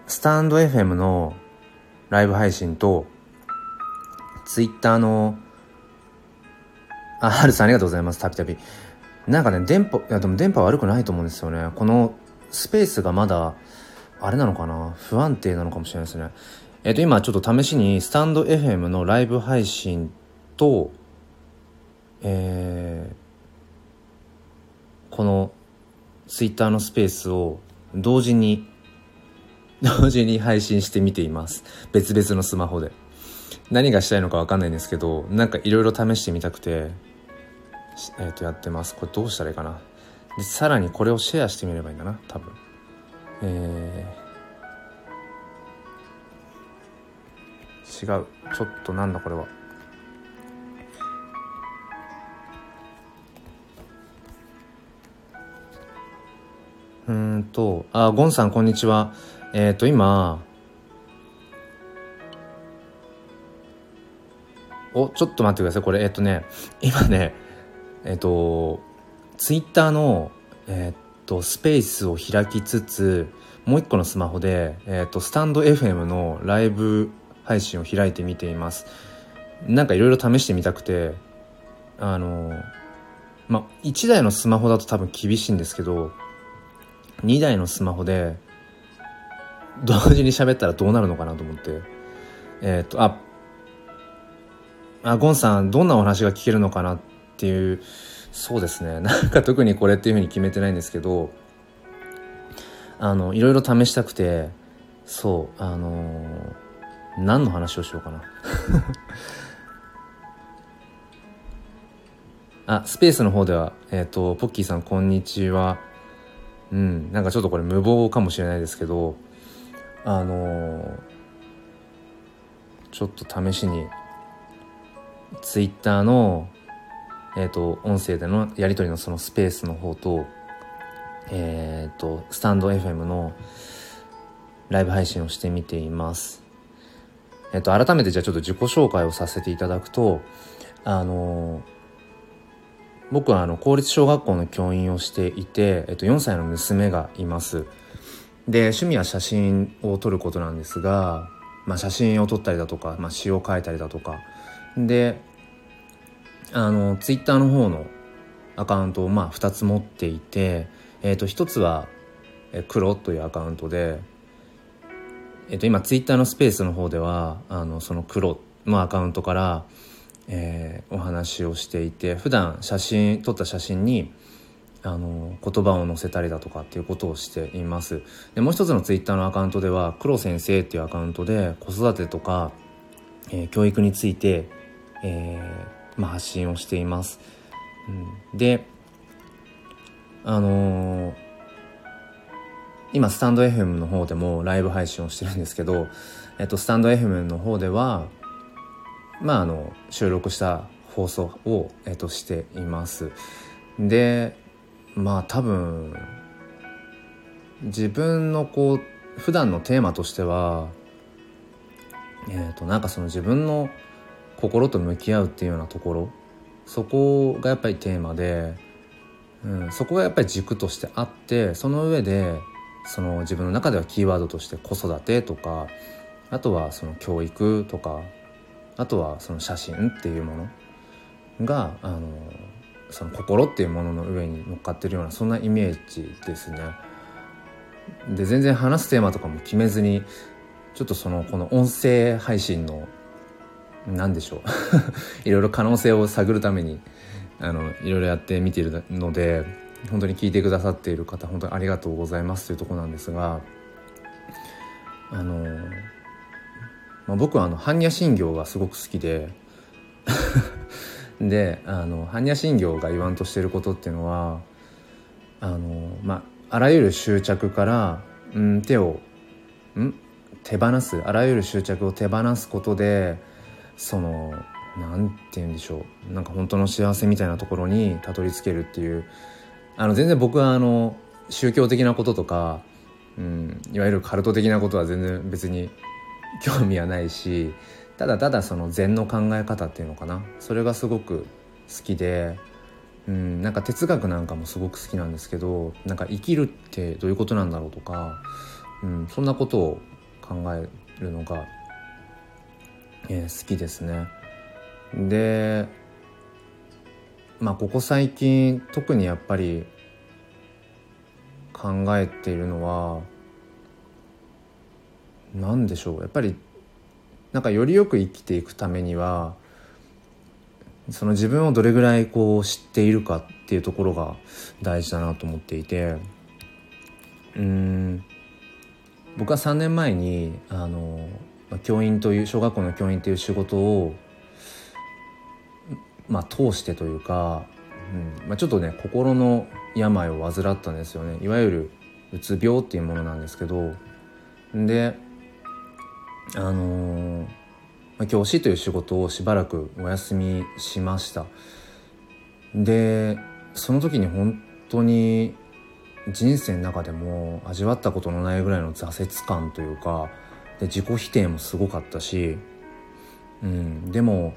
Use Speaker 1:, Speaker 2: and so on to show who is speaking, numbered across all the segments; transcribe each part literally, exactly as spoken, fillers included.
Speaker 1: スタンド エフエム のライブ配信とツイッターのあ、はるさんありがとうございます。たびたびなんかね電波いやでも電波悪くないと思うんですよね。このスペースがまだあれなのかな、不安定なのかもしれないですね。えっと今ちょっと試しにスタンド エフエム のライブ配信とえー、このツイッターのスペースを同時に同時に配信してみています。別々のスマホで何がしたいのか分かんないんですけど、なんかいろいろ試してみたくてえっとやってます。これどうしたらいいかな。でさらにこれをシェアしてみればいいんだな多分。えー、違うちょっとなんだこれは。うーんとあゴンさんこんにちは。えっと今おちょっと待ってください。これえっとね今ねえっとツイッターのえっとスペースを開きつつもう一個のスマホでえっとスタンド エフエム のライブ配信を開いてみています。なんかいろいろ試してみたくてあのまあいちだいのスマホだと多分厳しいんですけどにだいのスマホで同時に喋ったらどうなるのかなと思ってえっとああゴンさんどんなお話が聞けるのかなっていう。そうですねなんか特にこれっていう風に決めてないんですけどあのいろいろ試したくてそうあのー、何の話をしようかなあスペースの方ではえっとポッキーさんこんにちは。うんなんかちょっとこれ無謀かもしれないですけどあのー、ちょっと試しにツイッターのえっと音声でのやり取りのそのスペースの方とえっとスタンド エフエム のライブ配信をしてみています。えっと改めてじゃあちょっと自己紹介をさせていただくとあの僕はあの公立小学校の教員をしていて、えっと、よんさいの娘がいます。で趣味は写真を撮ることなんですが、まあ、写真を撮ったりだとか、まあ、詩を書いたりだとかであのツイッターの方のアカウントをまあふたつ持っていて、えっと、ひとつは黒というアカウントで、えっと、今ツイッターのスペースの方ではあのその黒のアカウントから、えー、お話をしていて普段写真撮った写真にあの言葉を載せたりだとかっていうことをしています。でもう一つのツイッターのアカウントでは黒先生っていうアカウントで子育てとか、えー、教育について、えーまあ、発信をしています、うん、であのー、今スタンド エフエム の方でもライブ配信をしてるんですけど、えっと、スタンド エフエム の方ではまああの収録した放送を、えっと、しています。でまあ多分自分のこう普段のテーマとしてはえっとなんかその自分の心と向き合うっていうようなところそこがやっぱりテーマで、うん、そこがやっぱり軸としてあってその上でその自分の中ではキーワードとして子育てとかあとはその教育とかあとはその写真っていうものがあのその心っていうものの上に乗っかってるようなそんなイメージですね。で全然話すテーマとかも決めずにちょっとそのこの音声配信の何でしょういろいろ可能性を探るためにあのいろいろやってみているので本当に聞いてくださっている方本当にありがとうございますというところなんですがあの、まあ、僕はあの般若心経がすごく好きでであの般若心経が言わんとしていることっていうのはあの、まあ、あらゆる執着からん手をん手放すあらゆる執着を手放すことでそのなんて言うんでしょうなんか本当の幸せみたいなところにたどり着けるっていうあの全然僕はあの宗教的なこととか、うん、いわゆるカルト的なことは全然別に興味はないしただただその禅の考え方っていうのかなそれがすごく好きで、うん、なんか哲学なんかもすごく好きなんですけどなんか生きるってどういうことなんだろうとか、うん、そんなことを考えるのが、えー、好きですね。でまあここ最近特にやっぱり考えているのは何でしょう。やっぱりなんかよりよく生きていくためにはその自分をどれぐらいこう知っているかっていうところが大事だなと思っていて、うーん僕はさんねんまえにあの教員という小学校の教員という仕事をまあ通してというか、うんまあ、ちょっとね心の病を患ったんですよね。いわゆるうつ病っていうものなんですけど、であのーまあ、教師という仕事をしばらくお休みしました。でその時に本当に人生の中でも味わったことのないぐらいの挫折感というかで自己否定もすごかったし、うん、でも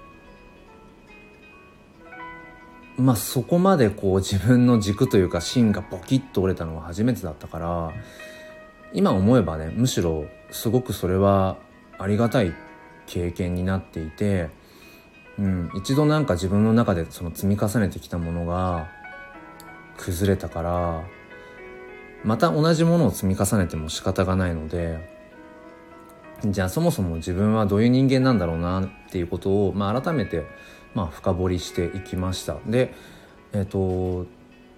Speaker 1: まあそこまでこう自分の軸というか芯がボキッと折れたのは初めてだったから、今思えばねむしろすごくそれはありがたい経験になっていて、うん、一度なんか自分の中でその積み重ねてきたものが崩れたからまた同じものを積み重ねても仕方がないので、じゃあそもそも自分はどういう人間なんだろうなっていうことを、まあ、改めてまあ深掘りしていきました。でえっと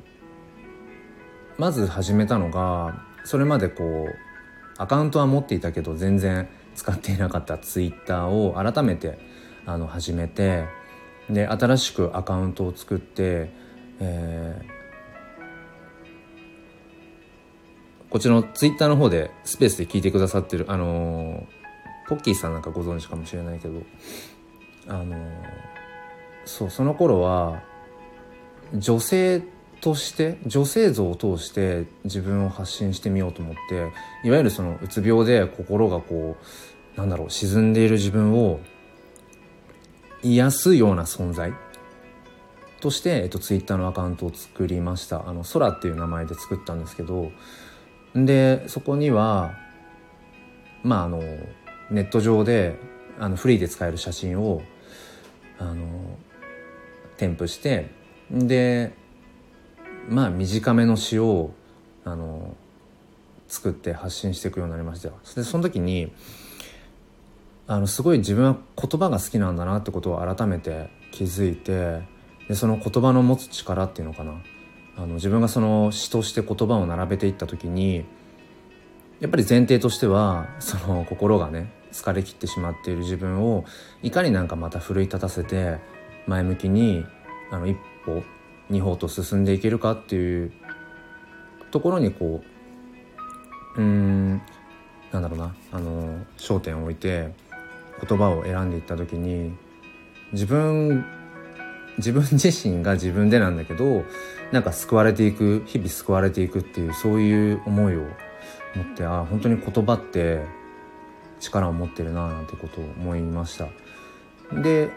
Speaker 1: まず始めたのがそれまでこうアカウントは持っていたけど全然使っていなかったツイッターを改めてあの始めて、で新しくアカウントを作って、えー、こっちのツイッターの方でスペースで聞いてくださってるあのー、ポッキーさんなんかご存知かもしれないけど、あのー、そうその頃は女性として女性像を通して自分を発信してみようと思って、いわゆるそのうつ病で心がこうなんだろう沈んでいる自分を癒すような存在として、えっと、ツイッターのアカウントを作りました。あの空っていう名前で作ったんですけど、でそこにはまああのネット上であのフリーで使える写真をあの添付して、でまあ短めの詩をあの作って発信していくようになりました。でその時にあのすごい自分は言葉が好きなんだなってことを改めて気づいて、でその言葉の持つ力っていうのかな、あの自分がその詩として言葉を並べていった時にやっぱり前提としてはその心がね疲れ切ってしまっている自分をいかになんかまた奮い立たせて前向きにあの一歩二歩と進んでいけるかっていうところにこううーんなんだろうなあの焦点を置いて言葉を選んでいった時に自分自分自身が自分でなんだけどなんか救われていく日々救われていくっていうそういう思いを持って、あ本当に言葉って力を持ってるななんてことを思いました。で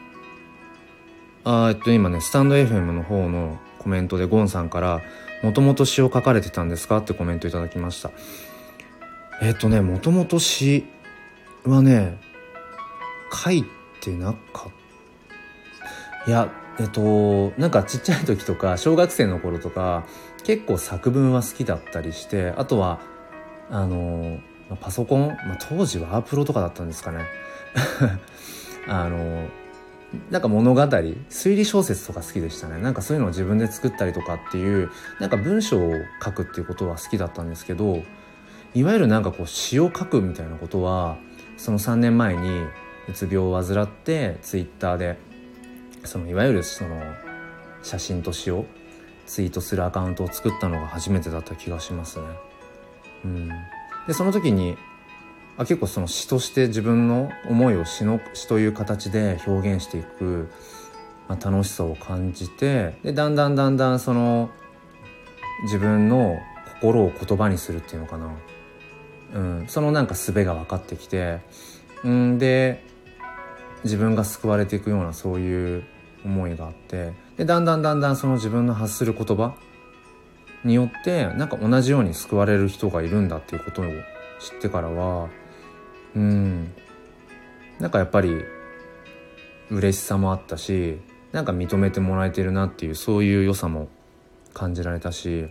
Speaker 1: あえっと今ねスタンド エフエム の方のコメントでゴンさんからもともと詩を書かれてたんですかってコメントいただきました。えっとねもともと詩はね書いてなかったいやえっとなんかちっちゃい時とか小学生の頃とか結構作文は好きだったりして、あとはあのパソコン、まあ、当時ワープロとかだったんですかねあのなんか物語推理小説とか好きでしたね。なんかそういうのを自分で作ったりとかっていうなんか文章を書くっていうことは好きだったんですけど、いわゆるなんかこう詩を書くみたいなことはそのさんねんまえにうつ病を患ってツイッターでそのいわゆるその写真と詩をツイートするアカウントを作ったのが初めてだった気がしますね。うん、でその時にあ結構その詩として自分の思いを詩の詩という形で表現していく、まあ、楽しさを感じて、でだんだんだんだんその自分の心を言葉にするっていうのかな、うん、そのなんか術が分かってきて、うんで自分が救われていくようなそういう思いがあって、でだんだんだんだんその自分の発する言葉によってなんか同じように救われる人がいるんだっていうことを知ってからはうんなんかやっぱり嬉しさもあったし、なんか認めてもらえてるなっていう、そういう良さも感じられたし、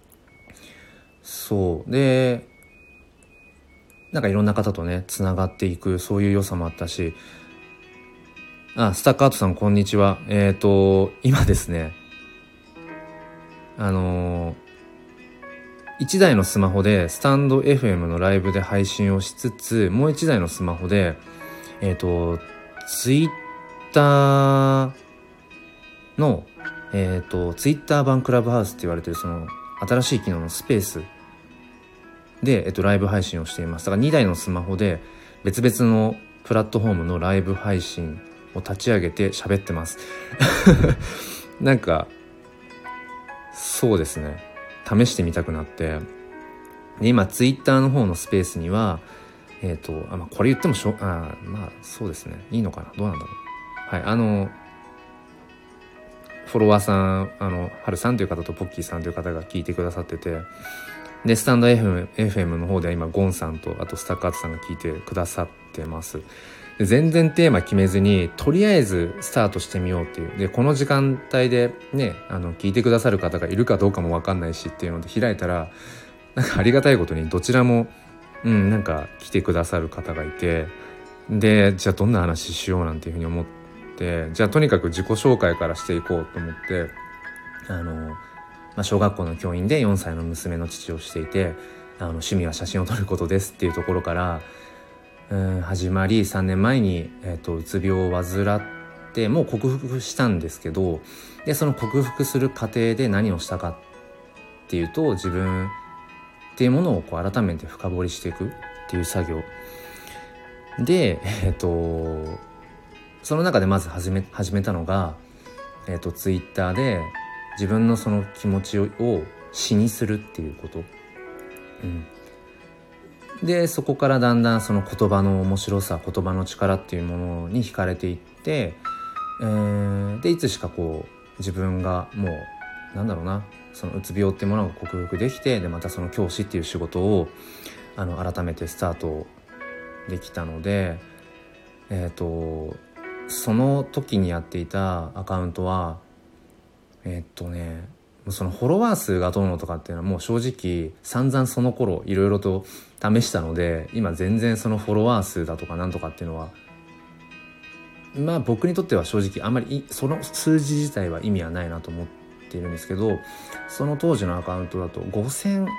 Speaker 1: そうでなんかいろんな方とねつながっていく、そういう良さもあったし、あ、スタッカートさんこんにちは。えっと今ですね、あのー、いちだいのスマホでスタンド エフエム のライブで配信をしつつ、もういちだいのスマホでえっとツイッターのえっとツイッター版クラブハウスって言われてるその新しい機能のスペースで、えっと、ライブ配信をしています。だからにだいのスマホで別々のプラットフォームのライブ配信を立ち上げて喋ってますなんかそうですね、試してみたくなって、で今ツイッターの方のスペースにはえっとあ、まあ、これ言ってもしょあまあそうですね、いいのかな、どうなんだろう。はい、あのフォロワーさん、あのはるさんという方とポッキーさんという方が聞いてくださってて、でスタンド エフエム, エフエムの方では今ゴンさんとあとスタッカートさんが聞いてくださってます。で全然テーマ決めずにとりあえずスタートしてみようっていう、でこの時間帯でねあの聞いてくださる方がいるかどうかも分かんないしっていうので開いたら、なんかありがたいことにどちらもうんなんか来てくださる方がいて、でじゃあどんな話しようなんていうふうに思って、じゃあとにかく自己紹介からしていこうと思って、あのまあ、小学校の教員でよんさいの娘の父をしていて、あの趣味は写真を撮ることですっていうところからうん始まり、さんねんまえに、えーと、うつ病を患ってもう克服したんですけど、でその克服する過程で何をしたかっていうと、自分っていうものをこう改めて深掘りしていくっていう作業で、えっ、ー、とその中でまず始め始めたのが、えっ、ー、とツイッターで自分のその気持ちを詩にするっていうこと、うん、でそこからだんだんその言葉の面白さ、言葉の力っていうものに惹かれていって、えー、でいつしかこう自分がもうなんだろうな、そのうつ病っていうものを克服できて、でまたその教師っていう仕事をあの改めてスタートできたので、えっとその時にやっていたアカウントはえっとねそのフォロワー数がどうのとかっていうのはもう正直散々その頃いろいろと試したので、今全然そのフォロワー数だとかなんとかっていうのはまあ僕にとっては正直あんまりその数字自体は意味はないなと思っているんですけど、その当時のアカウントだとごせん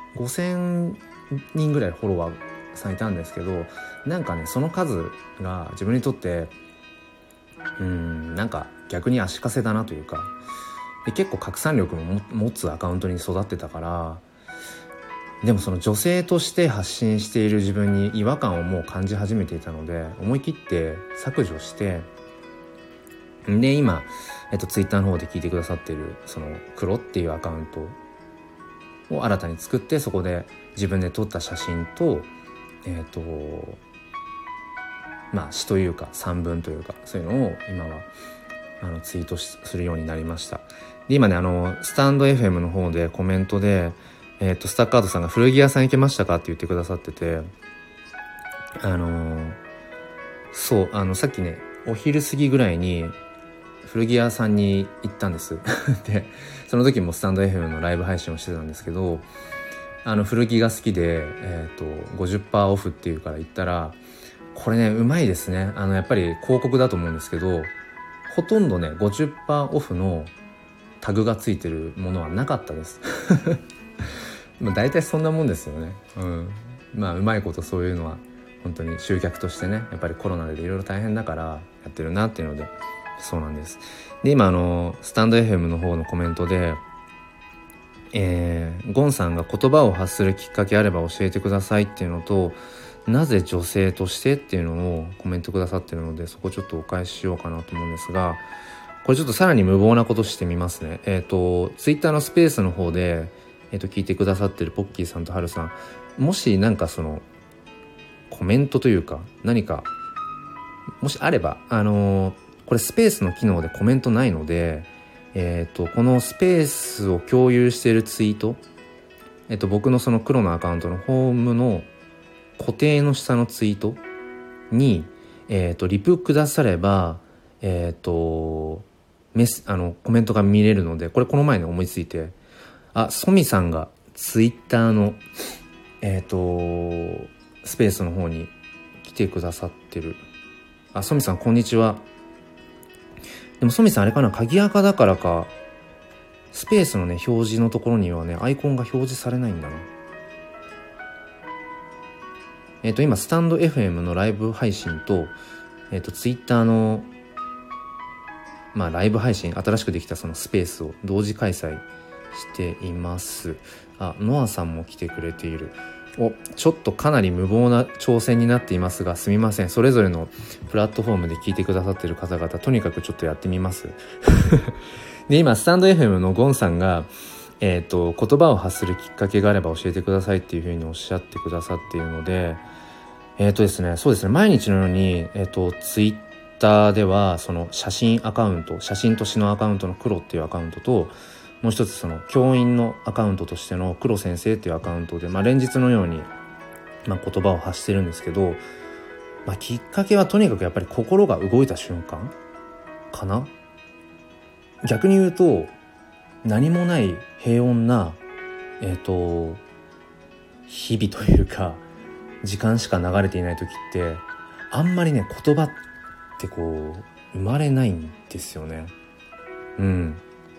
Speaker 1: にんぐらいフォロワーさんいたんですけど、なんかねその数が自分にとってうーんなんか逆に足かせだなというか、で結構拡散力も持つアカウントに育ってたから、でもその女性として発信している自分に違和感をもう感じ始めていたので、思い切って削除して、で今、えっと、ツイッターの方で聞いてくださっているその黒っていうアカウントを新たに作って、そこで自分で撮った写真とえっとまあ詩というか散文というかそういうのを今はあのツイートするようになりました。で今ねあのスタンド エフエム の方でコメントで、えー、とスタッカートさんが古着屋さん行けましたかって言ってくださってて、あのー、そうあのさっきねお昼過ぎぐらいに古着屋さんに行ったんですでその時もスタンド エフエム のライブ配信をしてたんですけど、あの古着が好きで、えー、と ごじゅっパーセント オフっていうから行ったら、これねうまいですね。あのやっぱり広告だと思うんですけど、ほとんどね ごじゅっパーセント オフのタグがついてるものはなかったですまあ大体そんなもんですよね、うん、まあうまいことそういうのは本当に集客としてね、やっぱりコロナでいろいろ大変だからやってるなっていうので、そうなんです。で今あのスタンド エフエム の方のコメントで、えー、ゴンさんが言葉を発するきっかけあれば教えてくださいっていうのと、なぜ女性としてっていうのをコメントくださってるので、そこちょっとお返ししようかなと思うんですが、これちょっとさらに無謀なことしてみますね。えっとツイッターのスペースの方で、えっと聞いてくださってるポッキーさんとハルさん、もしなんかそのコメントというか何かもしあれば、あのー、これスペースの機能でコメントないので、えっとこのスペースを共有しているツイート、えっと僕のその黒のアカウントのホームの固定の下のツイートに、えー、とリプくだされば、えー、とメスあのコメントが見れるので、これこの前に思いついて、あ、ソミさんがツイッターのえっ、とスペースの方に来てくださってる。あ、ソミさんこんにちは。でもソミさんあれかな、鍵垢だからかスペースのね表示のところにはねアイコンが表示されないんだな。えっ、と今スタンド エフエム のライブ配信とえっ、とツイッターのまあライブ配信、新しくできたそのスペースを同時開催しています。あ、ノアさんも来てくれている。お、ちょっとかなり無謀な挑戦になっていますが、すみません。それぞれのプラットフォームで聞いてくださっている方々、とにかくちょっとやってみますで、今スタンド エフエム のゴンさんがえっ、と言葉を発するきっかけがあれば教えてくださいっていうふうにおっしゃってくださっているので、えっ、とですねそうですね毎日のようにえっ、とツイッターではその写真アカウント、写真と詩のアカウントの黒っていうアカウントと、もう一つその教員のアカウントとしての黒先生っていうアカウントで、まあ、連日のように、まあ、言葉を発してるんですけど、まあ、きっかけはとにかくやっぱり心が動いた瞬間かな。逆に言うと何もない平穏なえっ、と日々というか時間しか流れていない時ってあんまりね言葉ってこう生まれないんですよね。うん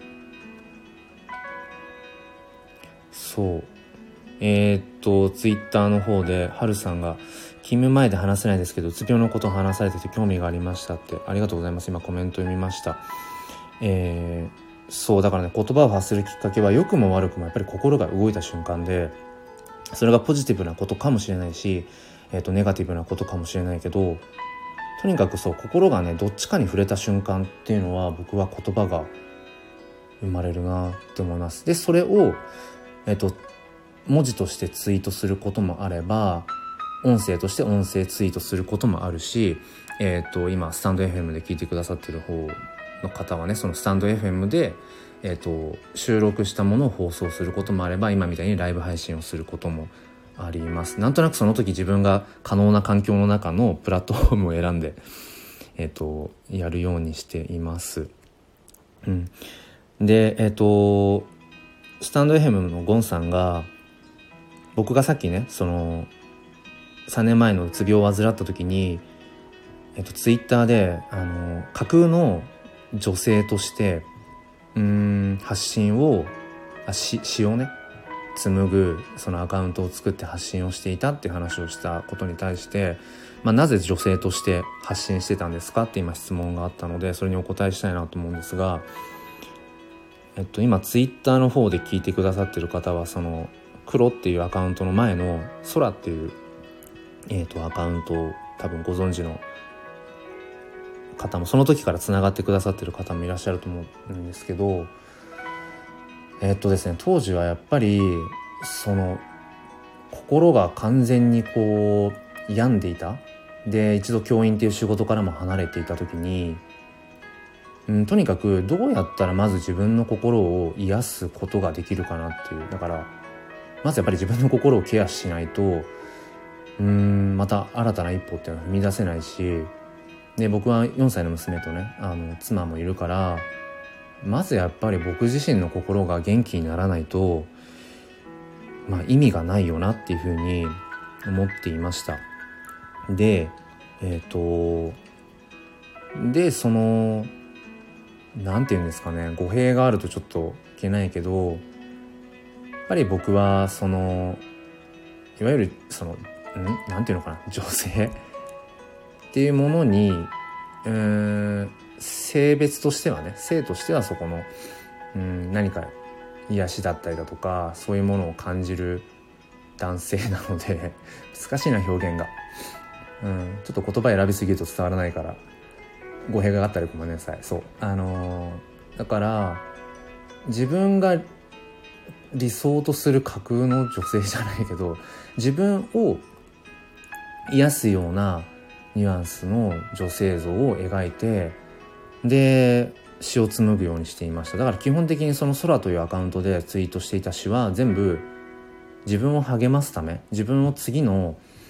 Speaker 1: そうえー、っとツイッターの方ではるさんが勤務前で話せないですけどうつ病のことを話されてて興味がありましたって、ありがとうございます。今コメント読みました。えー、そうだからね言葉を発するきっかけは良くも悪くもやっぱり心が動いた瞬間で、それがポジティブなことかもしれないし、えー、っとネガティブなことかもしれないけど、とにかくそう心がねどっちかに触れた瞬間っていうのは僕は言葉が生まれるなって思います。でそれをえっと文字としてツイートすることもあれば、音声として音声ツイートすることもあるし、えっと今スタンド エフエム で聞いてくださってる方の方はね、そのスタンド エフエム でえっと収録したものを放送することもあれば、今みたいにライブ配信をすることもあります。なんとなくその時自分が可能な環境の中のプラットフォームを選んでえっとやるようにしています。うん。でえっとスタンド エフエム のゴンさんが、僕がさっきねそのさんねんまえのうつ病を患った時に、えっと、ツイッターであの架空の女性としてうーん発信をあし詩をね紡ぐそのアカウントを作って発信をしていたっていう話をしたことに対して、まあ、なぜ女性として発信してたんですかって今質問があったので、それにお答えしたいなと思うんですが、えっと、今ツイッターの方で聞いてくださってる方はその黒っていうアカウントの前の空っていう、えっと、アカウントを多分ご存知の方も、その時からつながってくださってる方もいらっしゃると思うんですけど、えっとですね当時はやっぱりその心が完全にこう病んでいた。で一度教員っていう仕事からも離れていた時に、うん、とにかくどうやったらまず自分の心を癒すことができるかなっていう。だからまずやっぱり自分の心をケアしないと、うーんまた新たな一歩っていうのは踏み出せないし、で僕はよんさいの娘とねあの妻もいるから、まずやっぱり僕自身の心が元気にならないと、まあ、意味がないよなっていうふうに思っていました。でえっとでそのなんていうんですかね、語弊があるとちょっといけないけど、やっぱり僕はそのいわゆるそのんなんていうのかな、女性っていうものにうーん性別としてはね、性としてはそこのうん何か癒しだったりだとかそういうものを感じる男性なので難しいな表現が、うん、ちょっと言葉選びすぎると伝わらないから語弊があったりごめんなさい。そうあのー、だから自分が理想とする架空の女性じゃないけど、自分を癒すようなニュアンスの女性像を描いて、で詩を紡ぐようにしていました。だから基本的にその空というアカウントでツイートしていた詩は全部自分を励ますため、自分を次の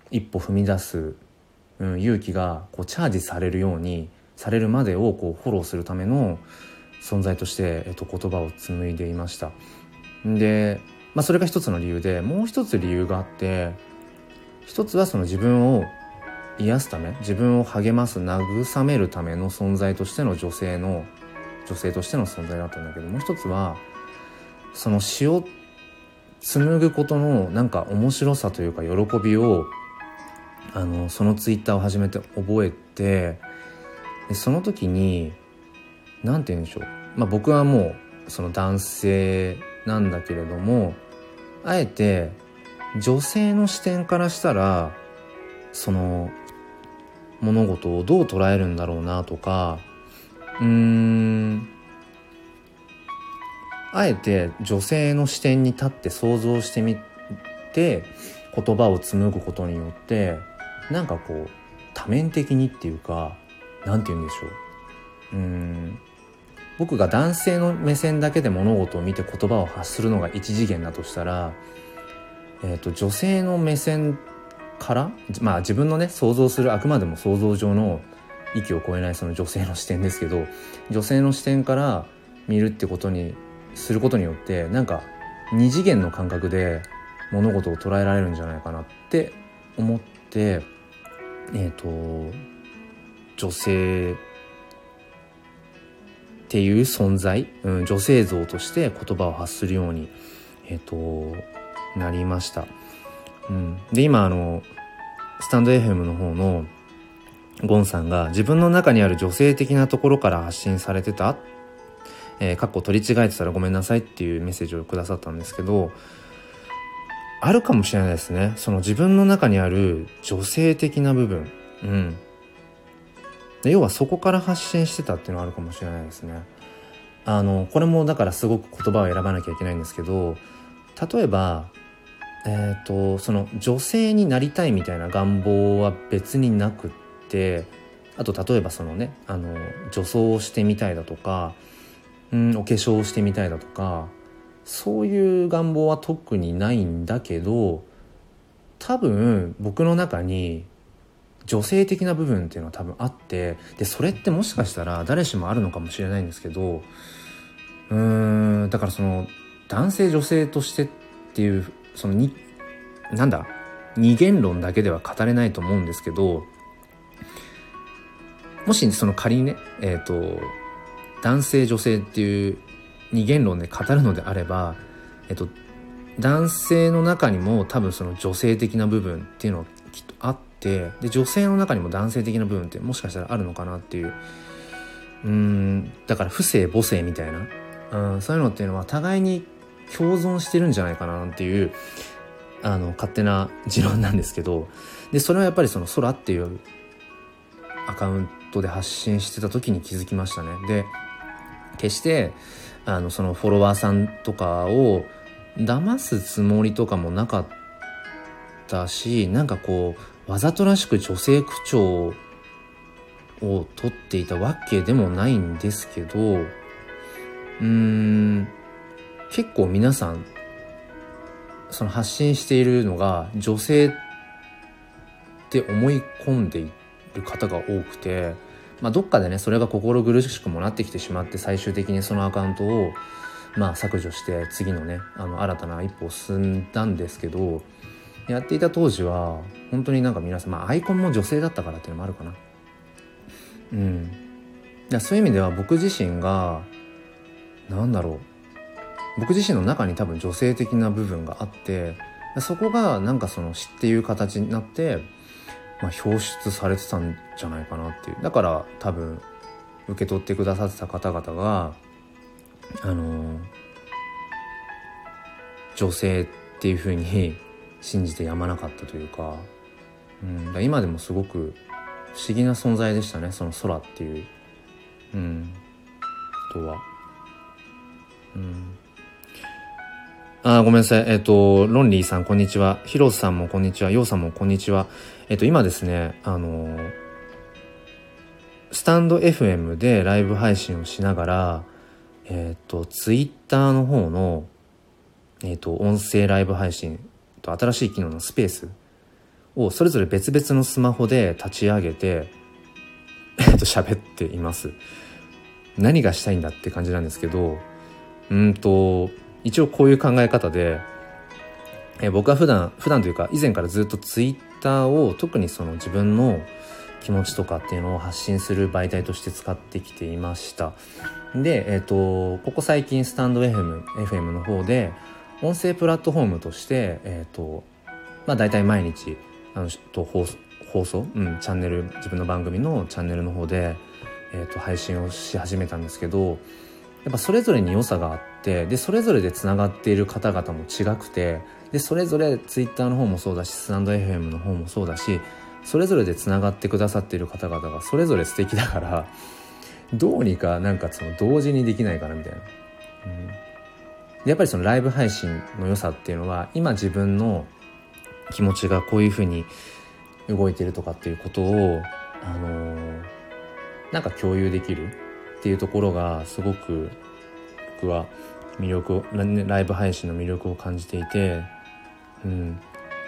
Speaker 1: 一歩踏み出す、うん、勇気がこうチャージされるようにされるまでをこうフォローするための存在として、えっと、言葉を紡いでいました。で、まあ、それが一つの理由で、もう一つ理由があって、一つはその自分を癒すため、自分を励ます慰めるための存在としての女性の女性としての存在だったんだけど、もう一つはその詩を紡ぐことのなんか面白さというか喜びをあのそのツイッターを始めて覚えて、でその時になんて言うんでしょう、まあ、僕はもうその男性なんだけれども、あえて女性の視点からしたらその物事をどう捉えるんだろうなとか、うーんあえて女性の視点に立って想像してみて言葉を紡ぐことによって、なんかこう多面的にっていうか、なんて言うんでしょう、うーん僕が男性の目線だけで物事を見て言葉を発するのが一次元だとしたら、えーと、女性の目線から、まあ自分のね想像する、あくまでも想像上の域を超えないその女性の視点ですけど、女性の視点から見るってことにすることによって、なんか二次元の感覚で物事を捉えられるんじゃないかなって思って、えーと女性っていう存在、うん、女性像として言葉を発するように、えっと、なりました。うん、で、今、あの、スタンド エフエム の方のゴンさんが自分の中にある女性的なところから発信されてた、えー、かっこ取り違えてたらごめんなさいっていうメッセージをくださったんですけど、あるかもしれないですね。その自分の中にある女性的な部分。うん。で要はそこから発信してたっていうのはあるかもしれないですね。あのこれもだからすごく言葉を選ばなきゃいけないんですけど、例えばえっとその女性になりたいみたいな願望は別になくって、あと例えばそのねあの女装をしてみたいだとか、うん、お化粧をしてみたいだとか、そういう願望は特にないんだけど、多分僕の中に女性的な部分っていうのは多分あって、でそれってもしかしたら誰しもあるのかもしれないんですけど、うーんだからその男性女性としてっていうそのになんだ二元論だけでは語れないと思うんですけど、もしその仮にねえっと男性女性っていう二元論で語るのであれば、えっと男性の中にも多分その女性的な部分っていうのはきっとあって、で女性の中にも男性的な部分ってもしかしたらあるのかなっていう、うーんだから父性母性みたいな、うん、そういうのっていうのは互いに共存してるんじゃないかなっていうあの勝手な持論なんですけど、でそれはやっぱりその空っていうアカウントで発信してた時に気づきましたね。で決してあのそのフォロワーさんとかを騙すつもりとかもなかったし、なんかこうわざとらしく女性口調を取っていたわけでもないんですけど、うーん結構皆さんその発信しているのが女性って思い込んでいる方が多くて、まあどっかでねそれが心苦しくもなってきてしまって、最終的にそのアカウントをまあ削除して次のねあの新たな一歩を進んだんですけど、やっていた当時は本当になんか皆さん、まあアイコンも女性だったからっていうのもあるかな。うんだそういう意味では僕自身がなんだろう僕自身の中に多分女性的な部分があって、そこがなんかその詩っていう形になって、まあ、表出されてたんじゃないかなっていう。だから多分受け取ってくださってた方々があのー、女性っていう風に信じてやまなかったというか、うん、だ今でもすごく不思議な存在でしたね、その空っていう、うん、とは。うんあごめんなさい。えっと、ロンリーさん、こんにちは。ヒロさんもこんにちは。ヨウさんもこんにちは。えっと、今ですね、あの、スタンド エフエム でライブ配信をしながら、えっと、ツイッターの方の、えっと、音声ライブ配信と新しい機能のスペースをそれぞれ別々のスマホで立ち上げてえっと喋っています。何がしたいんだって感じなんですけど、うんと一応こういう考え方で、え僕は普段普段というか以前からずっとツイッターを特にその自分の気持ちとかっていうのを発信する媒体として使ってきていました。で、えっとここ最近スタンド エフエム, エフエムの方で音声プラットフォームとして、えっとまあ大体毎日あのと放送放送、うん、チャンネル自分の番組のチャンネルの方で、えー、と配信をし始めたんですけど、やっぱそれぞれに良さがあって、でそれぞれでつながっている方々も違くて、でそれぞれツイッターの方もそうだしスタンド エフエム の方もそうだし、それぞれでつながってくださっている方々がそれぞれ素敵だから、どうにかなんかその同時にできないかなみたいな、うん、やっぱりそのライブ配信の良さっていうのは、今自分の気持ちがこういう風に動いてるとかっていうことを、あのー、なんか共有できるっていうところがすごく僕は魅力を、ライブ配信の魅力を感じていて、うん、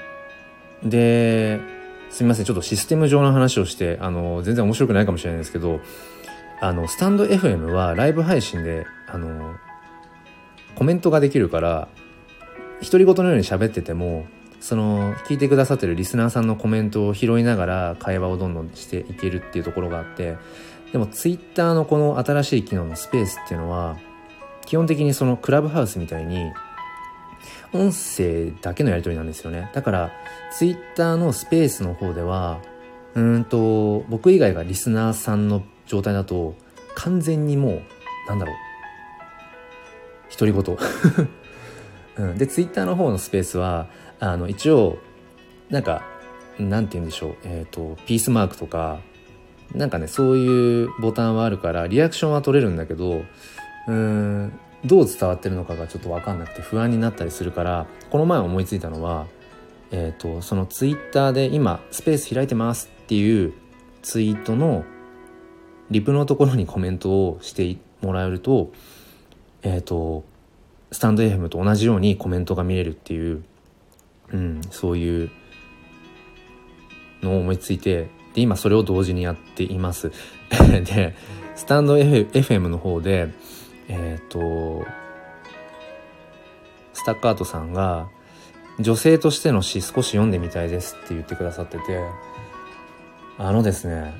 Speaker 1: ですみません、ちょっとシステム上の話をして、あのー、全然面白くないかもしれないですけど、あのスタンド エフエム はライブ配信で、あのー、コメントができるから、独り言のように喋っててもその聞いてくださってるリスナーさんのコメントを拾いながら会話をどんどんしていけるっていうところがあって、でもツイッターのこの新しい機能のスペースっていうのは基本的にそのクラブハウスみたいに音声だけのやり取りなんですよね。だからツイッターのスペースの方ではうーんと僕以外がリスナーさんの状態だと完全にもうなんだろう独り言うん、でツイッターの方のスペースはあの一応なんかなんて言うんでしょう、えっとピースマークとかなんかねそういうボタンはあるからリアクションは取れるんだけど、うーんどう伝わってるのかがちょっと分かんなくて不安になったりするから、この前思いついたのは、えっとそのツイッターで今スペース開いてますっていうツイートのリプのところにコメントをしてもらえると、えっとスタンド エフエム と同じようにコメントが見れるっていう、うん、そういうのを思いついて、で今それを同時にやっていますでスタンド エフエム の方でえっとスタッカートさんが女性としての詩少し読んでみたいですって言ってくださってて、あのですね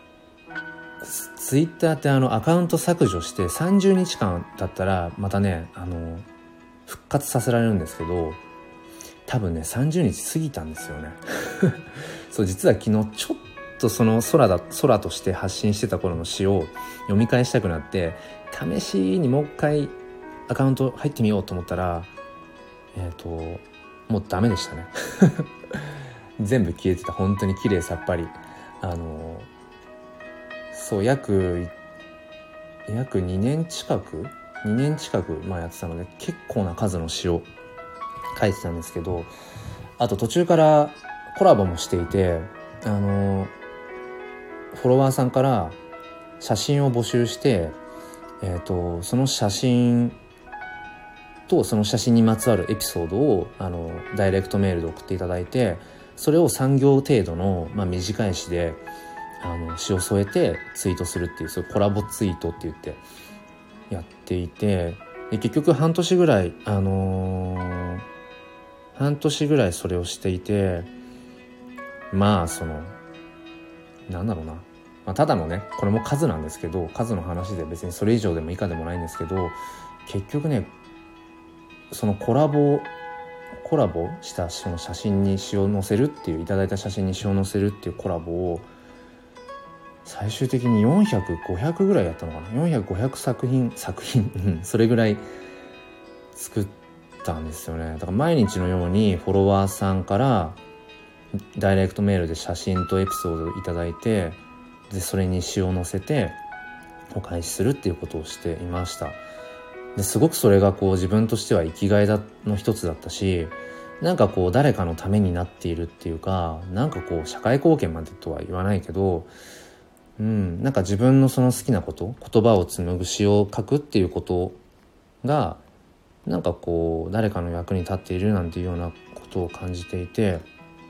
Speaker 1: ツイッターってあのアカウント削除してさんじゅうにちかん経ったらまたねあの復活させられるんですけど、多分ねさんじゅうにち過ぎたんですよねそう実は昨日ちょっとその空だ空として発信してた頃の詩を読み返したくなって試しにもう一回アカウント入ってみようと思ったらえっともうダメでしたね全部消えてた。本当に綺麗さっぱりあのそう約約にねん近くにねん近く前やってたので結構な数の詩を書いてたんですけど、あと途中からコラボもしていて、あのフォロワーさんから写真を募集して、えーと、その写真とその写真にまつわるエピソードをあのダイレクトメールで送っていただいて、それをさん行程度の、まあ、短い詩であの詩を添えてツイートするっていう、そういうコラボツイートって言ってやっていて、で結局半年ぐらいあのー、半年ぐらいそれをしていて、まあそのなんだろうな、まあ、ただのねこれも数なんですけど、数の話で別にそれ以上でも以下でもないんですけど、結局ねそのコラボコラボしたその写真に詩を載せるっていう、いただいた写真に詩を載せるっていうコラボを最終的によんひゃく、ごひゃくぐらいやったのかな、よんひゃく、ごひゃく作品作品それぐらい作ったんですよね。だから毎日のようにフォロワーさんからダイレクトメールで写真とエピソードをいただいて、でそれに詩を載せてお返しするっていうことをしていました。ですごくそれがこう自分としては生きがいだの一つだったし、なんかこう誰かのためになっているっていうか、なんかこう社会貢献までとは言わないけど、うん、なんか自分のその好きなこと、言葉を紡ぐ詩を書くっていうことがなんかこう誰かの役に立っているなんていうようなことを感じていて、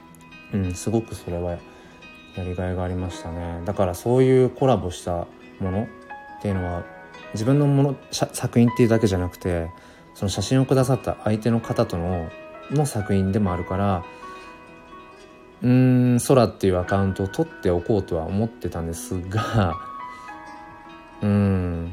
Speaker 1: うん、すごくそれはやりがいがありましたね。だからそういうコラボしたものっていうのは自分のもの作品っていうだけじゃなくて、その写真をくださった相手の方とのの作品でもあるから、うーん空っていうアカウントを取っておこうとは思ってたんですが、うーん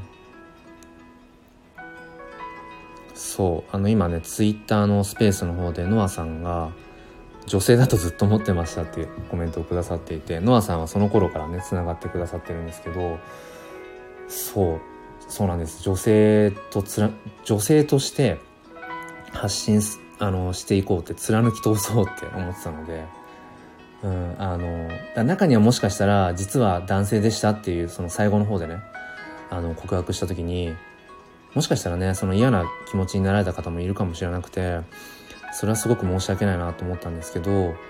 Speaker 1: そうあの今ねツイッターのスペースの方でノアさんが女性だとずっと思ってましたっていうコメントをくださっていて、ノアさんはその頃からねつながってくださってるんですけど、そうそうなんです。女性とつら女性として発信あのしていこうって貫き通そうって思ってたので、うん、あの中にはもしかしたら実は男性でしたっていうその最後の方でねあの告白した時にもしかしたらねその嫌な気持ちになられた方もいるかもしれなくて、それはすごく申し訳ないなと思ったんですけど、あの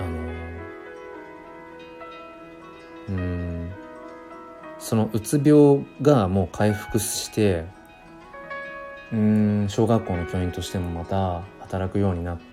Speaker 1: うんそのうつ病がもう回復してうーん小学校の教員としてもまた働くようになって、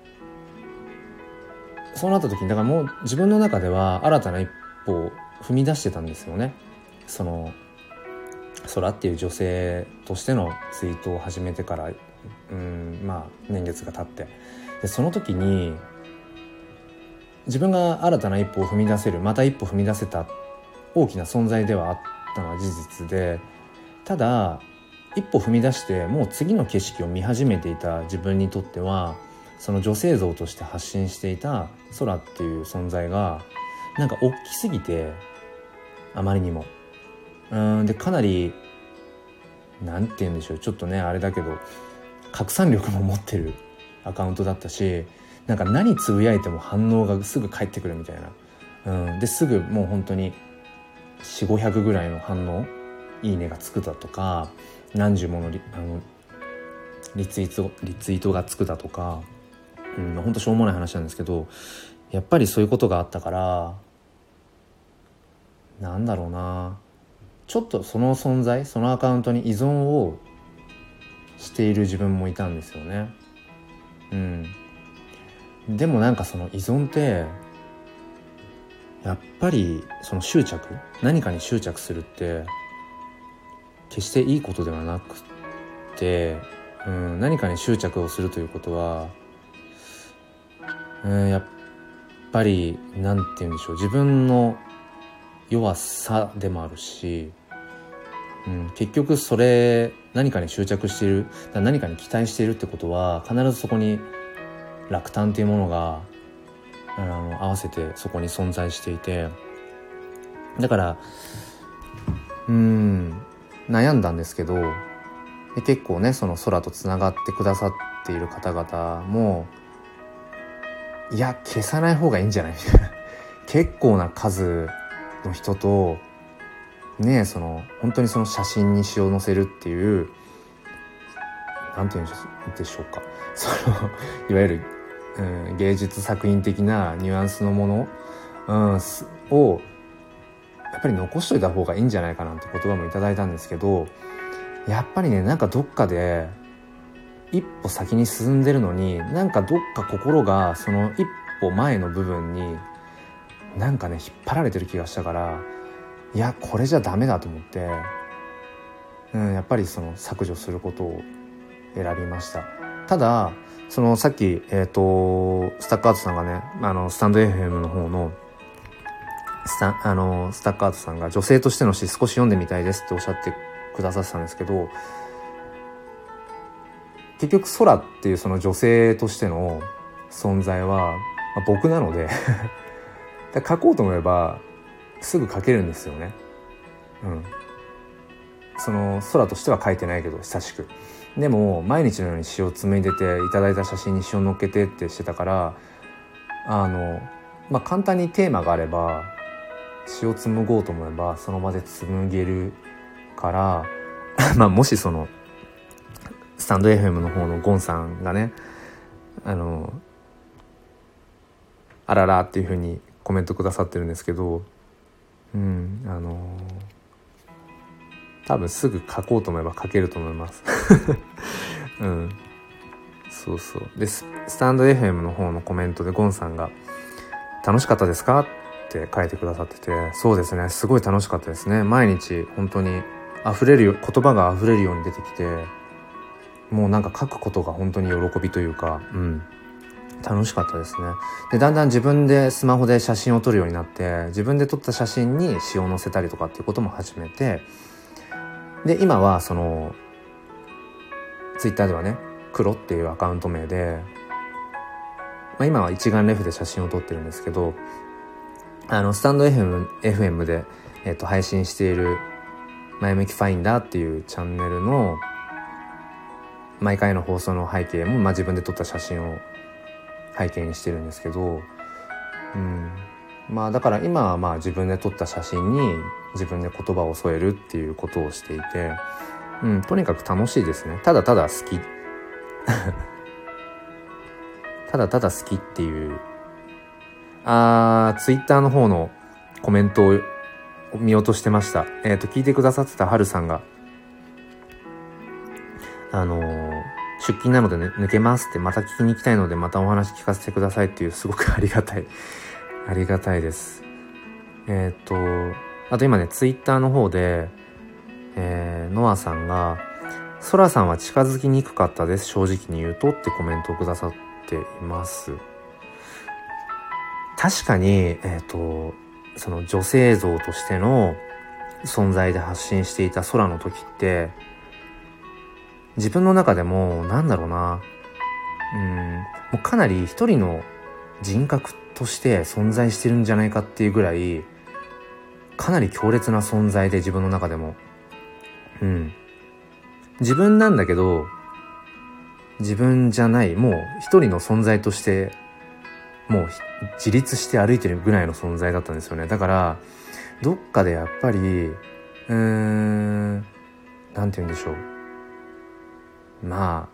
Speaker 1: そうなった時にだからもう自分の中では新たな一歩を踏み出してたんですよね。その空っていう女性としてのツイートを始めてからうんまあ年月が経って、でその時に自分が新たな一歩を踏み出せるまた一歩踏み出せた大きな存在ではあったのは事実で、ただ一歩踏み出してもう次の景色を見始めていた自分にとっては、その女性像として発信していた空っていう存在がなんか大きすぎて、あまりにもうんでかなりなんて言うんでしょう、ちょっとねあれだけど拡散力も持ってるアカウントだったし、なんか何つぶやいても反応がすぐ返ってくるみたいな、うん、ですぐもう本当によんひゃくごひゃくぐらいの反応いいねがつくだとか、何十ものリあのリツイートリツイートがつくだとか、うん、本当しょうもない話なんですけど、やっぱりそういうことがあったから、なんだろうな、ちょっとその存在そのアカウントに依存をしている自分もいたんですよね。うんでもなんかその依存ってやっぱりその執着何かに執着するって決していいことではなくて、うん、何かに執着をするということは、うん、やっぱりなんて言うんでしょう、自分の弱さでもあるし、うん、結局それ何かに執着している何かに期待しているってことは必ずそこに落胆というものがあの合わせてそこに存在していて、だからうーん悩んだんですけど、で結構ねその空とつながってくださっている方々もいや消さない方がいいんじゃないみたいな結構な数の人とねその本当にその写真に詩を載せるっていうなんていうんでしょうか、そのいわゆる、うん、芸術作品的なニュアンスのもの、うん、をやっぱり残しといた方がいいんじゃないかなって言葉もいただいたんですけど、やっぱりねなんかどっかで一歩先に進んでるのになんかどっか心がその一歩前の部分になんかね引っ張られてる気がしたから、いやこれじゃダメだと思って、うん、やっぱりその削除することを選びました。ただそのさっき、えー、とスタッカートさんがねあのスタンド エフエム の方のスタあのスタッカートさんが女性としての詩少し読んでみたいですっておっしゃってくださってたんですけど、結局空っていうその女性としての存在は、まあ、僕なので書こうと思えばすぐ書けるんですよね。うん、その空としては書いてないけど久しくでも毎日のように詩を紡いでていただいた写真に詩を載っけてってしてたから、あの、まあ、簡単にテーマがあれば詩を紡ごうと思えばその場で紡げるからまあもしそのスタンド エフエム の方のゴンさんがねあのあららっていう風にコメントくださってるんですけど、うんあの多分すぐ書こうと思えば書けると思いますうんそうそうで ス, スタンド エフエム の方のコメントでゴンさんが楽しかったですかって書いてくださってて、そうですね、すごい楽しかったですね。毎日本当に溢れるよ言葉が溢れるように出てきて、もうなんか書くことが本当に喜びというか、うん楽しかったですね。でだんだん自分でスマホで写真を撮るようになって、自分で撮った写真に詩を載せたりとかっていうことも始めて、で今はそのツイッターではね黒っていうアカウント名で、まあ、今は一眼レフで写真を撮ってるんですけど、あのスタンド エフエム, エフエムで、えー、と配信している前向きファインダーっていうチャンネルの毎回の放送の背景も、まあ、自分で撮った写真を背景にしてるんですけど、うん、まあだから今はまあ自分で撮った写真に自分で言葉を添えるっていうことをしていて、うん、とにかく楽しいですね。ただただ好きただただ好きっていう。あーツイッターの方のコメントを見落としてました。えっと聞いてくださってたはるさんがあのー、出勤なので、ね、抜けますってまた聞きに行きたいのでまたお話聞かせてくださいっていう、すごくありがたいありがたいです。えっとあと今ねツイッターの方で、えー、ノアさんがソラさんは近づきにくかったです正直に言うとってコメントをくださっています。確かに、えーと、その女性像としての存在で発信していた空の時って、自分の中でもなんだろうな、うん、もうかなり一人の人格として存在してるんじゃないかっていうぐらい、かなり強烈な存在で自分の中でも、うん、自分なんだけど自分じゃない、もう一人の存在としてもう自立して歩いてるぐらいの存在だったんですよね。だからどっかでやっぱりうーんなんて言うんでしょう、まあ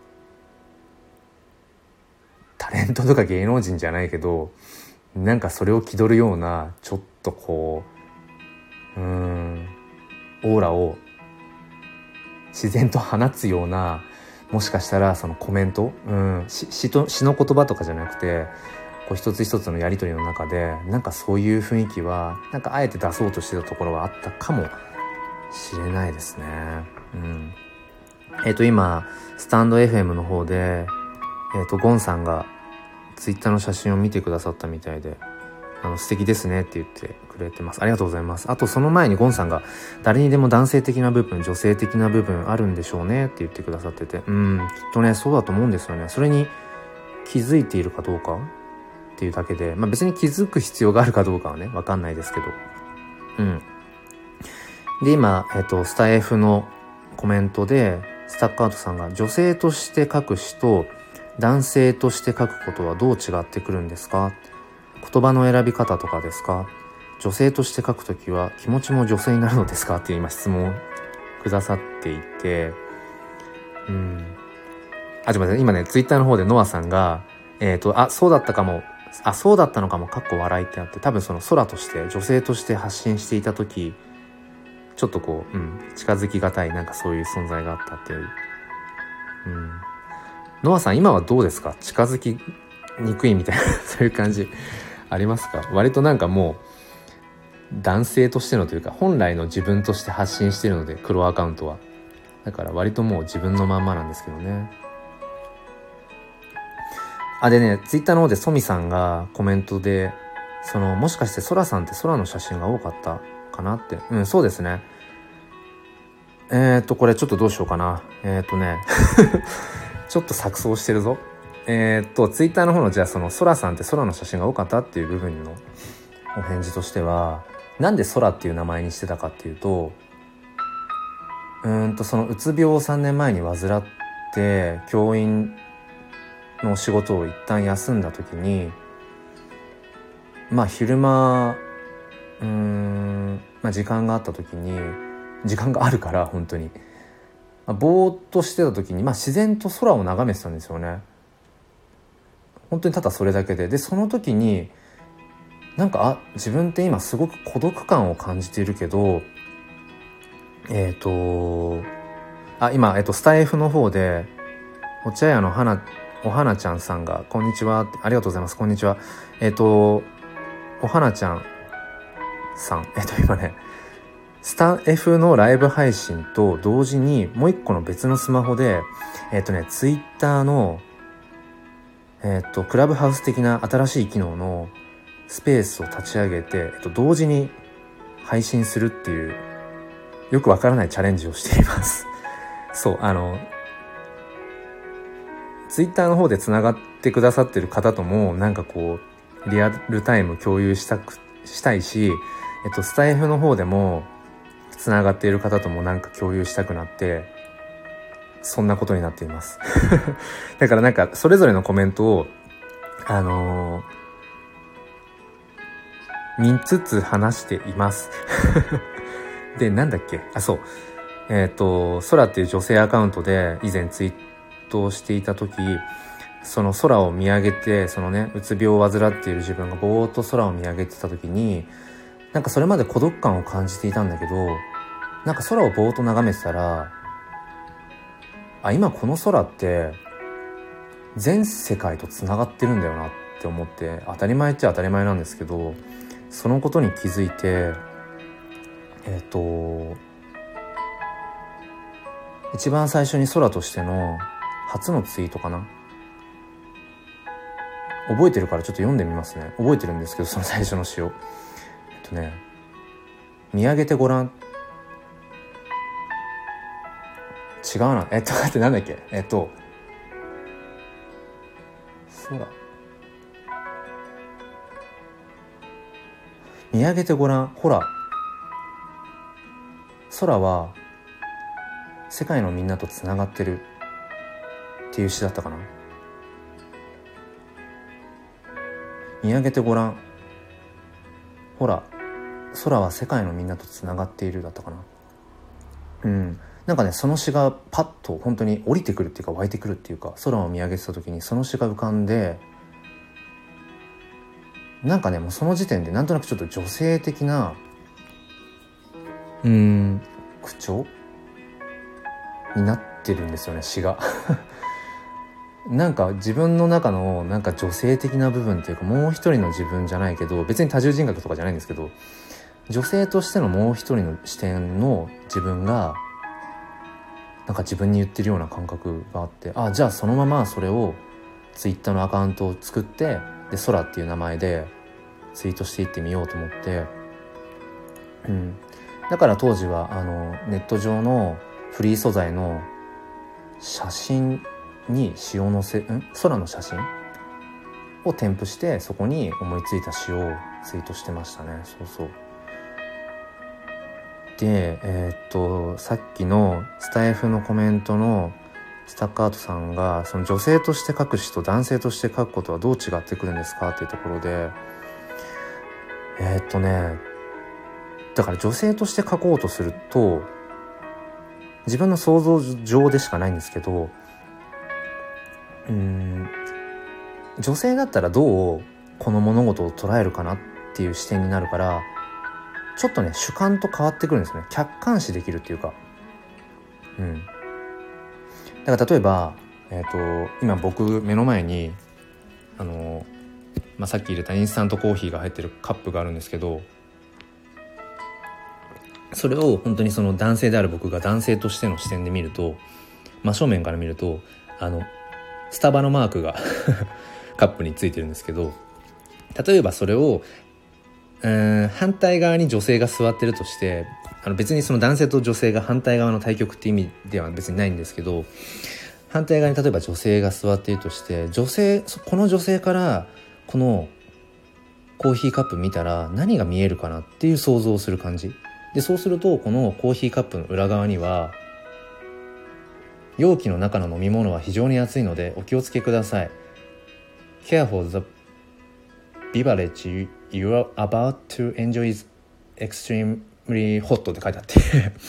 Speaker 1: タレントとか芸能人じゃないけど、なんかそれを気取るようなちょっとこううーんオーラを自然と放つような、もしかしたらそのコメント、うん、詩と詩の言葉とかじゃなくて、こう一つ一つのやり取りの中でなんかそういう雰囲気はなんかあえて出そうとしてたところはあったかもしれないですね。うん、えっと今スタンド エフエム の方で、えっとゴンさんがツイッターの写真を見てくださったみたいで、あの素敵ですねって言ってくれてます。ありがとうございます。あとその前にゴンさんが誰にでも男性的な部分女性的な部分あるんでしょうねって言ってくださってて、うん、きっとねそうだと思うんですよね。それに気づいているかどうかっていうだけで、まあ別に気づく必要があるかどうかはねわかんないですけど、うんで今、えっと、スタイフのコメントでスタッカートさんが女性として書く詩と男性として書くことはどう違ってくるんですか、言葉の選び方とかですか、女性として書くときは気持ちも女性になるのですかっていう今質問をくださっていて、うんあ、ちょっと待って、今ねツイッターの方でノアさんがえっとあそうだったかもあそうだったのかもかっこ笑いってあって、多分その空として女性として発信していたときちょっとこう、うん、近づきがたいなんかそういう存在があったっていう、うん、ノアさん今はどうですか、近づきにくいみたいなそういう感じありますか。割となんかもう男性としてのというか本来の自分として発信してるので、黒アカウントはだから割ともう自分のまんまなんですけどね。あでねツイッターの方でソミさんがコメントで、そのもしかしてソラさんって空の写真が多かったかなって、うんそうですね。えーっとこれちょっとどうしようかな、えーっとねちょっと錯綜してるぞ。えー、っとツイッターの方のじゃあその空さんって空の写真が多かったっていう部分のお返事としては、なんで空っていう名前にしてたかっていうと、うーんとそのうつ病をさんねんまえに患って教員の仕事を一旦休んだ時に、まあ昼間うーん、まあ、時間があった時に時間があるから本当に、まあ、ぼーっとしてた時に、まあ、自然と空を眺めてたんですよね。本当にただそれだけで、でその時になんかあ自分って今すごく孤独感を感じているけど、えっとあ今、えっと、スタイフの方でお茶屋の花お花ちゃんさんがこんにちはありがとうございます、こんにちは。えっとお花ちゃんさんえっと今ねスタ F のライブ配信と同時にもう一個の別のスマホでえっとねツイッターのえっとクラブハウス的な新しい機能のスペースを立ち上げて、えっと、同時に配信するっていうよくわからないチャレンジをしていますそうあのツイッターの方でつながってくださってる方ともなんかこうリアルタイム共有したくしたいし、えっと、スタイフの方でもつながっている方ともなんか共有したくなってそんなことになっていますだからなんかそれぞれのコメントをあのー、見つつ話していますでなんだっけあそうえっと空っていう女性アカウントで以前ツイートをしていた時その空を見上げてそのねうつ病を患っている自分がぼーっと空を見上げてた時になんかそれまで孤独感を感じていたんだけどなんか空をぼーっと眺めてたらあ今この空って全世界とつながってるんだよなって思って当たり前っちゃ当たり前なんですけどそのことに気づいてえっと一番最初に空としての初のツイートかな覚えてるからちょっと読んでみますね覚えてるんですけどその最初の詩をえっとね見上げてごらん違うなえっと待ってなんだっけえっと空見上げてごらんほら空は世界のみんなとつながってるっていう詩だったかな見上げてごらんほら空は世界のみんなとつながっているだったかなうんなんかねその詩がパッと本当に降りてくるっていうか湧いてくるっていうか空を見上げてた時にその詩が浮かんでなんかねもうその時点でなんとなくちょっと女性的なうーん口調になってるんですよね詩がなんか自分の中のなんか女性的な部分っていうかもう一人の自分じゃないけど別に多重人格とかじゃないんですけど女性としてのもう一人の視点の自分がなんか自分に言ってるような感覚があってあじゃあそのままそれをツイッターのアカウントを作ってで空っていう名前でツイートしていってみようと思ってうんだから当時はあのネット上のフリー素材の写真に詩を載せん空の写真を添付してそこに思いついた詩をツイートしてましたねそうそうでえー、っとさっきのスタイフのコメントのスタッカートさんがその女性として書く詩と男性として書くことはどう違ってくるんですかっていうところでえー、っとねだから女性として書こうとすると自分の想像上でしかないんですけどうーん女性だったらどうこの物事を捉えるかなっていう視点になるからちょっとね主観と変わってくるんですよね客観視できるっていうかうんだから例えば、えー、と今僕目の前にあの、まあ、さっき入れたインスタントコーヒーが入ってるカップがあるんですけどそれを本当にその男性である僕が男性としての視点で見ると真正面から見るとあのスタバのマークがカップについてるんですけど例えばそれをうーん反対側に女性が座ってるとしてあの別にその男性と女性が反対側の対極って意味では別にないんですけど反対側に例えば女性が座っているとして女性この女性からこのコーヒーカップ見たら何が見えるかなっていう想像をする感じでそうするとこのコーヒーカップの裏側には容器の中の飲み物は非常に熱いのでお気をつけください Careful the beverage you are about to enjoy is extremely hot って書いてあって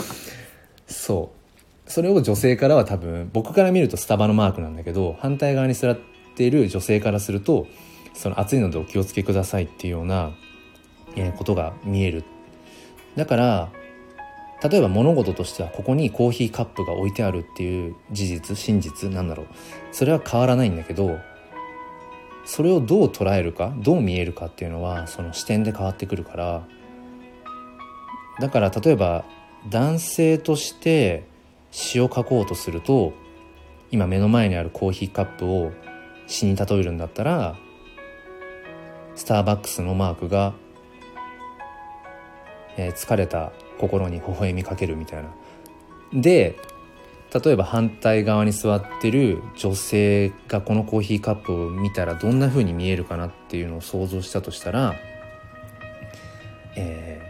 Speaker 1: そうそれを女性からは多分僕から見るとスタバのマークなんだけど反対側に座っている女性からするとその熱いのでお気をつけくださいっていうような、えー、ことが見えるだから例えば物事としてはここにコーヒーカップが置いてあるっていう事実真実なんだろうそれは変わらないんだけどそれをどう捉えるか、どう見えるかっていうのはその視点で変わってくるから、だから例えば男性として詩を書こうとすると、今目の前にあるコーヒーカップを詩に例えるんだったら、スターバックスのマークが、えー、疲れた心に微笑みかけるみたいな。で、例えば反対側に座ってる女性がこのコーヒーカップを見たらどんな風に見えるかなっていうのを想像したとしたら、え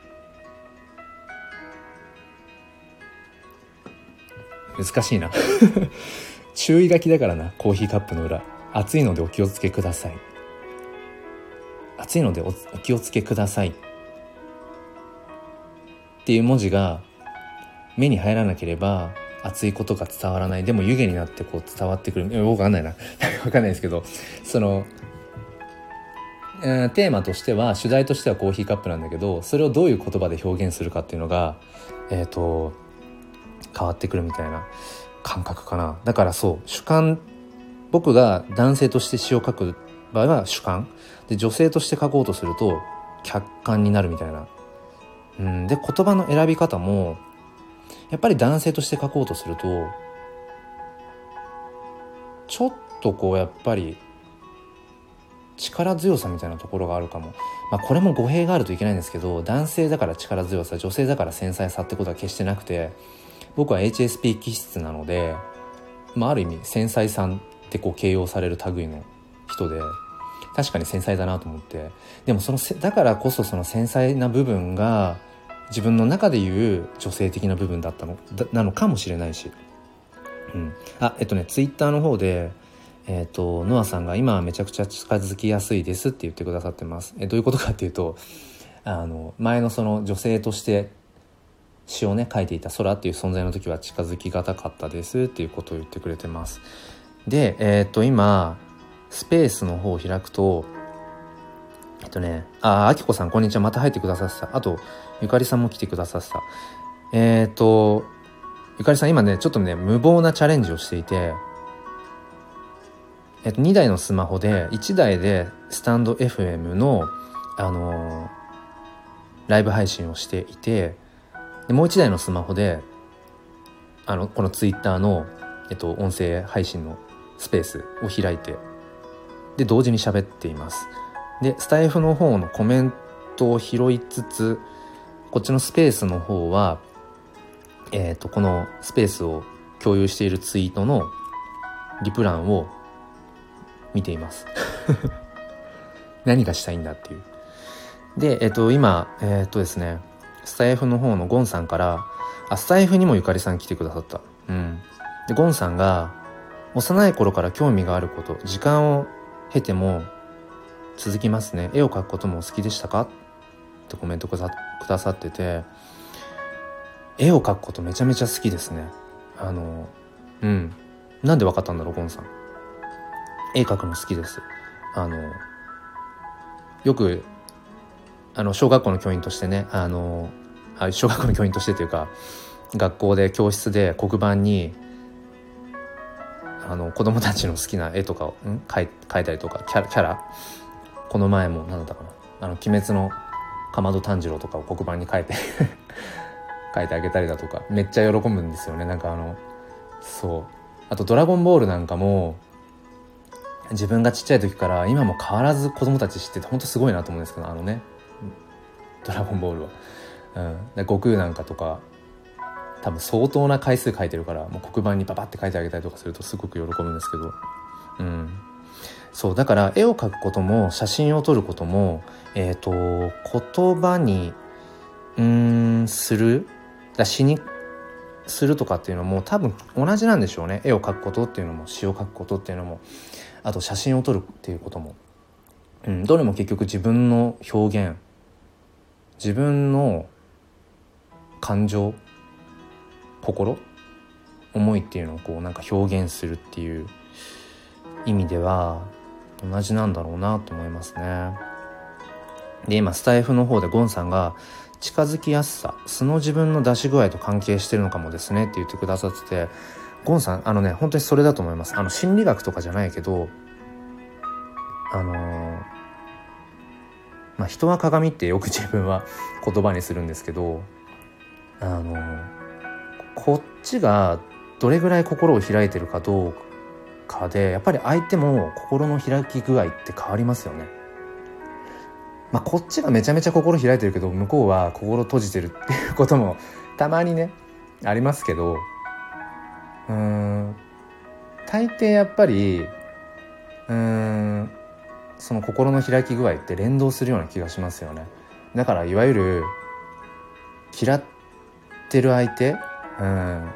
Speaker 1: ー、難しいな注意書きだからな、コーヒーカップの裏。熱いのでお気をつけください。熱いので お, お気をつけくださいっていう文字が目に入らなければ熱いことが伝わらない。でも湯気になってこう伝わってくる。よくわかんないなわかんないですけど、その、えー、テーマとしては、主題としてはコーヒーカップなんだけど、それをどういう言葉で表現するかっていうのがえっと変わってくるみたいな感覚かな。だからそう、主観、僕が男性として詩を書く場合は主観で、女性として書こうとすると客観になるみたいな。うん、で、言葉の選び方もやっぱり男性として書こうとするとちょっとこうやっぱり力強さみたいなところがあるかも。まあこれも語弊があるといけないんですけど、男性だから力強さ、女性だから繊細さってことは決してなくて、僕は エイチエスピー 気質なので、まあある意味繊細さんってこう形容される類の人で、確かに繊細だなと思って、でもそのだからこそその繊細な部分が自分の中でいう女性的な部分だったのだなのかもしれないし、うん、あえっとねツイッターの方でえっとノアさんが今はめちゃくちゃ近づきやすいですって言ってくださってます。えどういうことかっていうと、あの前のその女性として詩をね書いていた空っていう存在の時は近づきがたかったですっていうことを言ってくれてます。でえっと今スペースの方を開くと、えっとね、あ、あきこさんこんにちは、また入ってくださってた。あとゆかりさんも来てくださってた。えっとゆかりさん今ねちょっとね無謀なチャレンジをしていて、えっとにだいのスマホでいちだいでスタンド エフエム のあのー、ライブ配信をしていて、でもういちだいのスマホであのこのツイッターのえっと音声配信のスペースを開いて、で同時に喋っています。でスタイフの方のコメントを拾いつつ、こっちのスペースの方はえっとこのスペースを共有しているツイートのリプ欄を見ています何がしたいんだっていう。でえっと今えっとですねスタイフの方のゴンさんから、あスタイフにもゆかりさん来てくださった。うんでゴンさんが、幼い頃から興味があること、時間を経ても続きますね。絵を描くことも好きでしたかってコメントくださってて、絵を描くことめちゃめちゃ好きですね。あのうんなんでわかったんだろうゴンさん。絵描くの好きです。あのよくあの小学校の教員としてね、あのあ小学校の教員としてというか学校で教室で黒板にあの子供たちの好きな絵とかをん描い、描いたりとか、キャラ、キャラこの前も何だったかな、あの鬼滅のかまど炭治郎とかを黒板に描いて描いてあげたりだとか、めっちゃ喜ぶんですよね。なんかあのそうあとドラゴンボールなんかも自分がちっちゃい時から今も変わらず子供たち知ってて本当すごいなと思うんですけど、あのねドラゴンボールは、うん、で悟空なんかとか多分相当な回数書いてるから、もう黒板にババって書いてあげたりとかするとすごく喜ぶんですけど、うんそうだから絵を描くことも写真を撮ることもえっと言葉にうーんするだ詩にするとかっていうのも多分同じなんでしょうね。絵を描くことっていうのも詩を描くことっていうのも、あと写真を撮るっていうことも、うん、どれも結局自分の表現、自分の感情、心、思いっていうのをこうなんか表現するっていう意味では同じなんだろうなと思いますね。で今スタイフの方でゴンさんが近づきやすさ、素の自分の出し具合と関係してるのかもですねって言ってくださってて、ゴンさんあのね本当にそれだと思います。あの心理学とかじゃないけどあのー、まあ人は鏡ってよく自分は言葉にするんですけど、あのー、こっちがどれぐらい心を開いてるかどうかでやっぱり相手も心の開き具合って変わりますよね。まあこっちがめちゃめちゃ心開いてるけど向こうは心閉じてるっていうこともたまにねありますけど、うーん大抵やっぱりうーんその心の開き具合って連動するような気がしますよね。だからいわゆる嫌ってる相手、うん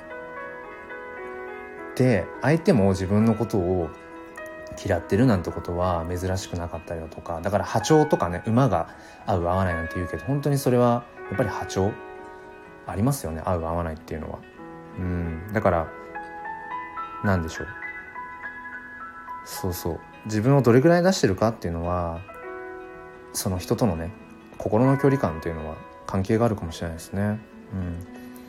Speaker 1: で相手も自分のことを嫌ってるなんてことは珍しくなかったりだとか、だから波長とかね、馬が合う合わないなんて言うけど本当にそれはやっぱり波長ありますよね、合う合わないっていうのは。うんだからなんでしょう、そうそう自分をどれぐらい出してるかっていうのはその人とのね心の距離感っていうのは関係があるかもしれないですね。うん、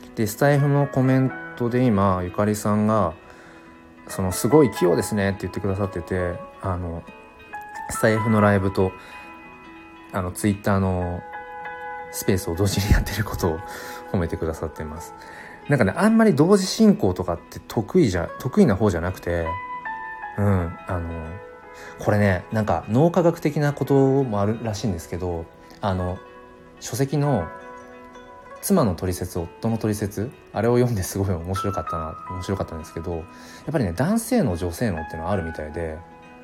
Speaker 1: でスタイフのコメントで今ゆかりさんがそのすごい器用ですねって言ってくださってて、あのスタイフのライブとあのツイッターのスペースを同時にやってることを褒めてくださっています。なんかねあんまり同時進行とかって得意じゃ得意な方じゃなくて、うんあのこれねなんか脳科学的なこともあるらしいんですけど、あの書籍の妻の取説夫の取説あれを読んですごい面白かったな面白かったんですけど、やっぱりね男性脳女性脳っていうのはあるみたいで、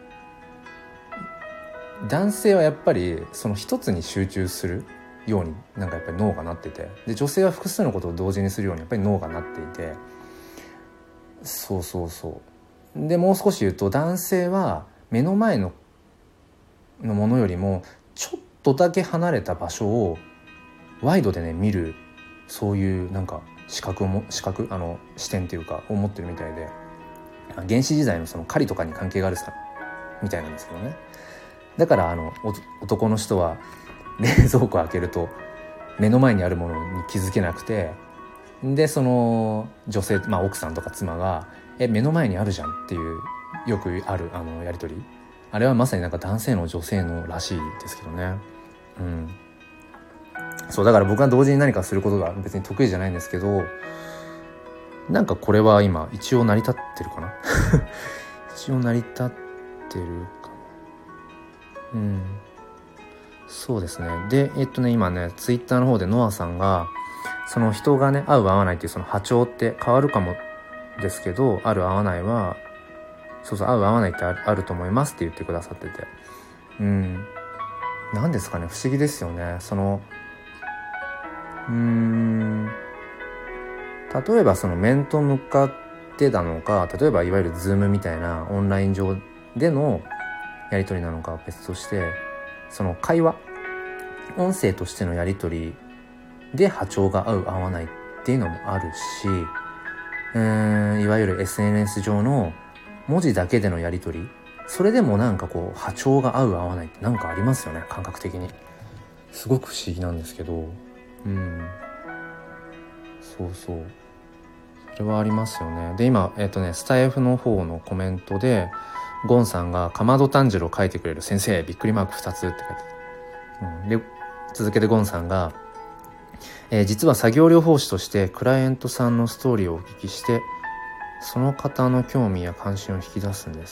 Speaker 1: 男性はやっぱりその一つに集中するようになんかやっぱり脳がなってて、で女性は複数のことを同時にするようにやっぱり脳がなっていて、そうそうそうでもう少し言うと男性は目の前ののものよりもちょっとだけ離れた場所をワイドでね見る、そういうなんか視覚も視覚あの視点っていうかを持ってるみたいで、原始時代のその狩りとかに関係があるさみたいなんですけどね。だからあの男の人は冷蔵庫を開けると目の前にあるものに気づけなくて、でその女性、まあ、奥さんとか妻がえ目の前にあるじゃんっていうよくあるあのやり取り、あれはまさになんか男性の女性のらしいですけどね。うんそうだから僕は同時に何かすることが別に得意じゃないんですけど、なんかこれは今一応成り立ってるかな一応成り立ってるかな。うんそうですね。でえっとね今ねツイッターの方でノアさんがその人がね合う合わないっていうその波長って変わるかもですけど、ある合わないはそうそう合う合わないってあると思いますって言ってくださってて、うんなんですかね不思議ですよね。そのうーん例えばその面と向かってなのか、例えばいわゆるズームみたいなオンライン上でのやり取りなのかは別として、その会話音声としてのやり取りで波長が合う合わないっていうのもあるし、うーんいわゆる エスエヌエス 上の文字だけでのやり取り、それでもなんかこう波長が合う合わないってなんかありますよね、感覚的に。すごく不思議なんですけど、うんそうそうそれはありますよね。で今えっとねスタイフの方のコメントでゴンさんがかまど炭治郎書いてくれる先生びっくりマークふたつって書いてある、うん、で続けてゴンさんが、えー、実は作業療法士としてクライアントさんのストーリーをお聞きしてその方の興味や関心を引き出すんです。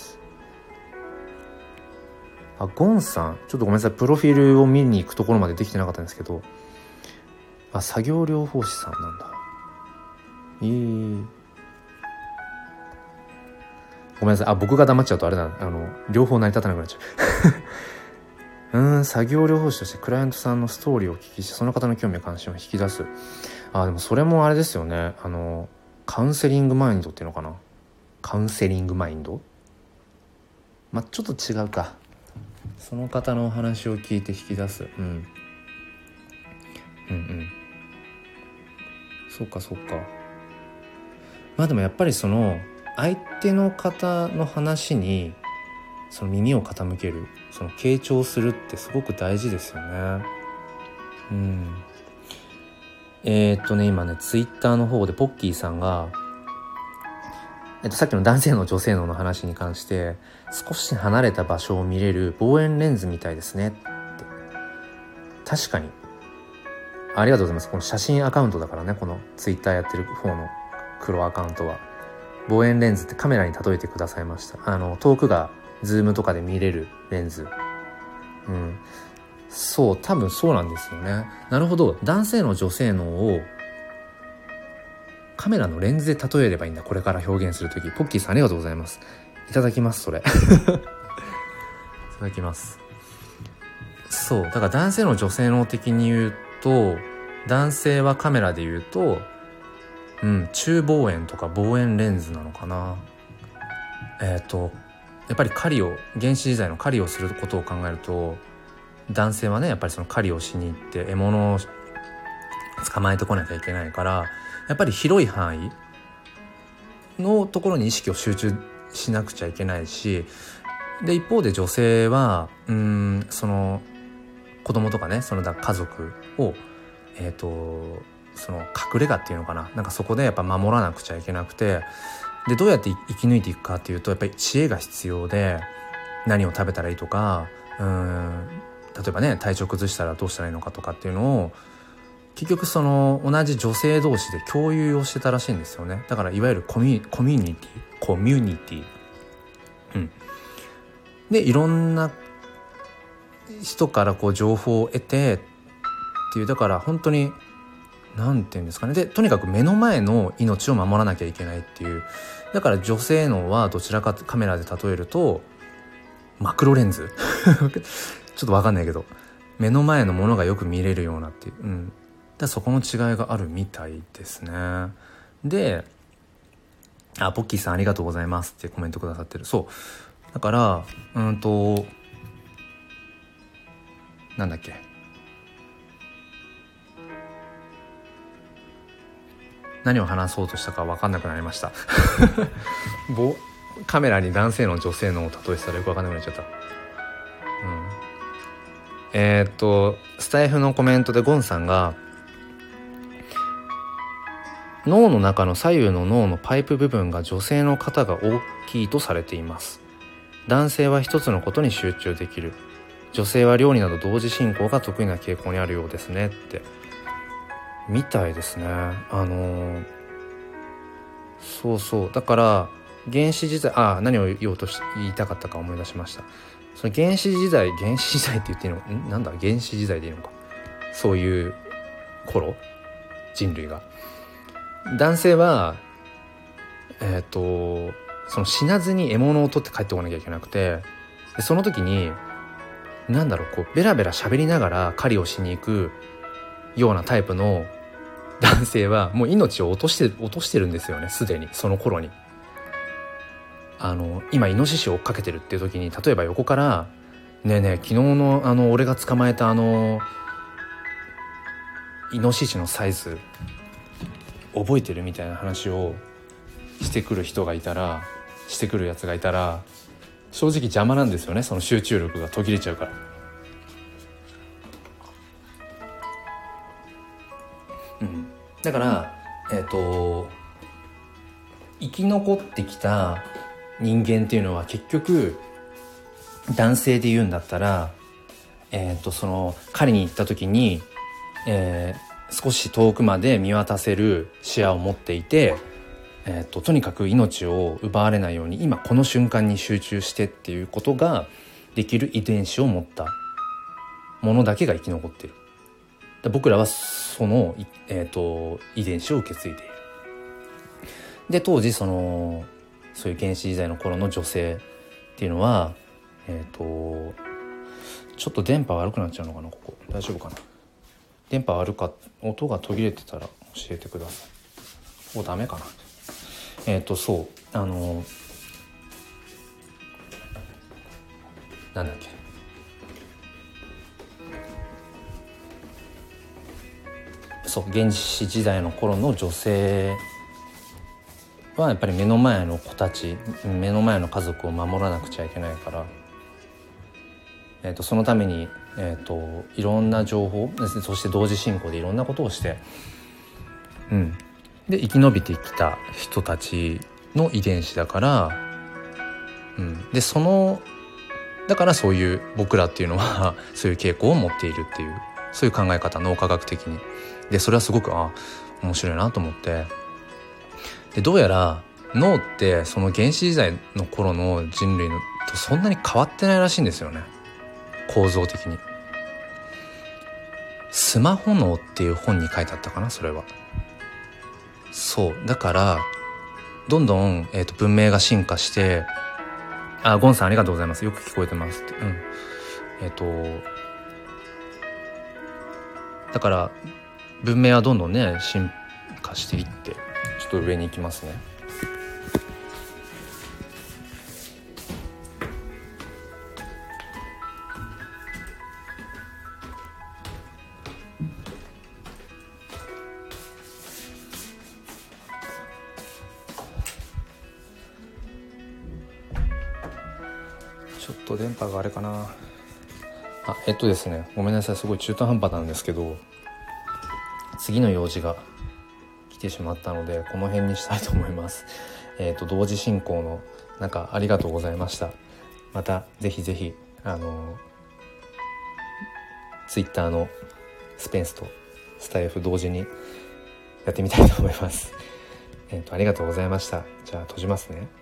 Speaker 1: あゴンさんちょっとごめんなさい、プロフィールを見に行くところまでできてなかったんですけど、あ作業療法士さんなんだ。えー、ごめんなさい、あ僕が黙っちゃうとあれだな、あの両方成り立たなくなっちゃううーん作業療法士としてクライアントさんのストーリーをお聞きしてその方の興味や関心を引き出す。あでもそれもあれですよね、あのカウンセリングマインドっていうのかな、カウンセリングマインドまあちょっと違うか、その方のお話を聞いて引き出す、うん、うんうんそうかそうか。まあでもやっぱりその相手の方の話にその耳を傾ける、その傾聴するってすごく大事ですよね。うんえー、っとね今ねツイッターの方でポッキーさんがえっと、さっきの男性脳女性脳の話に関して少し離れた場所を見れる望遠レンズみたいですねって。確かにありがとうございます。この写真アカウントだからね、このツイッターやってる方の黒アカウントは望遠レンズってカメラに例えてくださいました。あの遠くがズームとかで見れるレンズ。うん、そう多分そうなんですよね。なるほど、男性脳女性脳をカメラのレンズで例えればいいんだ、これから表現するとき。ポッキーさんありがとうございます。いただきます。それいただきます。そうだから男性脳女性脳的に言うと、男性はカメラで言うと、うん、中望遠とか望遠レンズなのかな。えっとやっぱり狩りを原始時代の狩りをすることを考えると、男性はねやっぱりその狩りをしに行って獲物を捕まえてこなきゃいけないから、やっぱり広い範囲のところに意識を集中しなくちゃいけないし、で一方で女性はうーんその子供とかね、そのだ家族をえっとその隠れ家っていうのかな、なんかそこでやっぱ守らなくちゃいけなくて、でどうやって生き抜いていくかっていうと、やっぱり知恵が必要で、何を食べたらいいとか、うーん例えばね体調崩したらどうしたらいいのかとかっていうのを結局その同じ女性同士で共有をしてたらしいんですよね。だからいわゆるコミュ、コミュニティコミュニティ、うん、でいろんな人からこう情報を得てっていう、だから本当になんていうんですかね、でとにかく目の前の命を守らなきゃいけないっていう。だから女性脳はどちらかカメラで例えるとマクロレンズちょっと分かんないけど、目の前のものがよく見れるようなっていう、うん、だそこの違いがあるみたいですね。で、あ、ポッキーさんありがとうございますってコメントくださってる。そうだからうんとなんだっけ、何を話そうとしたか分かんなくなりましたカメラに男性の女性のを例えてたらよく分かんなくなっちゃった。うん、えー、っとスタイフのコメントでゴンさんが、脳の中の左右の脳のパイプ部分が女性の方が大きいとされています。男性は一つのことに集中できる。女性は料理など同時進行が得意な傾向にあるようですねって。みたいですね。あのー、そうそうだから原始時代、あ何を言おうとし言いたかったか思い出しました。その原始時代原始時代って言っていいのんなんだ原始時代でいいのか、そういう頃人類が男性はえっとその死なずに獲物を取って帰ってこなきゃいけなくて、でその時になんだろうこうベラベラ喋りながら狩りをしに行くようなタイプの男性はもう命を落として落としてるんですよね、すでにその頃に。あの今イノシシを追っかけてるっていう時に、例えば横からねえねえ昨日のあの俺が捕まえたあのイノシシのサイズ覚えてるみたいな話をしてくる人がいたらしてくるやつがいたら正直邪魔なんですよね、その集中力が途切れちゃうから。うん、だからえっと生き残ってきた人間っていうのは結局男性で言うんだったら、えっとその狩りに行った時に、えー、少し遠くまで見渡せる視野を持っていて、えっととにかく命を奪われないように今この瞬間に集中してっていうことができる遺伝子を持ったものだけが生き残っている。僕らはその、えーと、遺伝子を受け継いでいる。で当時そのそういう原始時代の頃の女性っていうのはえっとちょっと電波悪くなっちゃうのかな、ここ大丈夫かな。電波悪か音が途切れてたら教えてください。おダメかな。えっとそうあのなんだっけそう原始時代の頃の女性はやっぱり目の前の子たち目の前の家族を守らなくちゃいけないから、えー、とそのために、えー、といろんな情報そして同時進行でいろんなことをして、うん、で生き延びてきた人たちの遺伝子だから、うん、でそのだからそういう僕らっていうのはそういう傾向を持っているっていう、そういう考え方、脳科学的に。でそれはすごくあ面白いなと思って、でどうやら脳ってその原始時代の頃の人類のとそんなに変わってないらしいんですよね、構造的に。スマホ脳っていう本に書いてあったかな、それは。そうだからどんどん、えーと、文明が進化して、あ、ゴンさんありがとうございます、よく聞こえてますって、うん、えっ、ー、とだから文明はどんどんね進化していって、ちょっと上に行きますね。ちょっと電波があれかなあ、えっとですねごめんなさい、すごい中途半端なんですけど、次の用事が来てしまったのでこの辺にしたいと思います。えっと同時進行の中ありがとうございました。またぜひぜひあのツイッターのスペンスとスタイフ同時にやってみたいと思います。えっとありがとうございました。じゃあ閉じますね。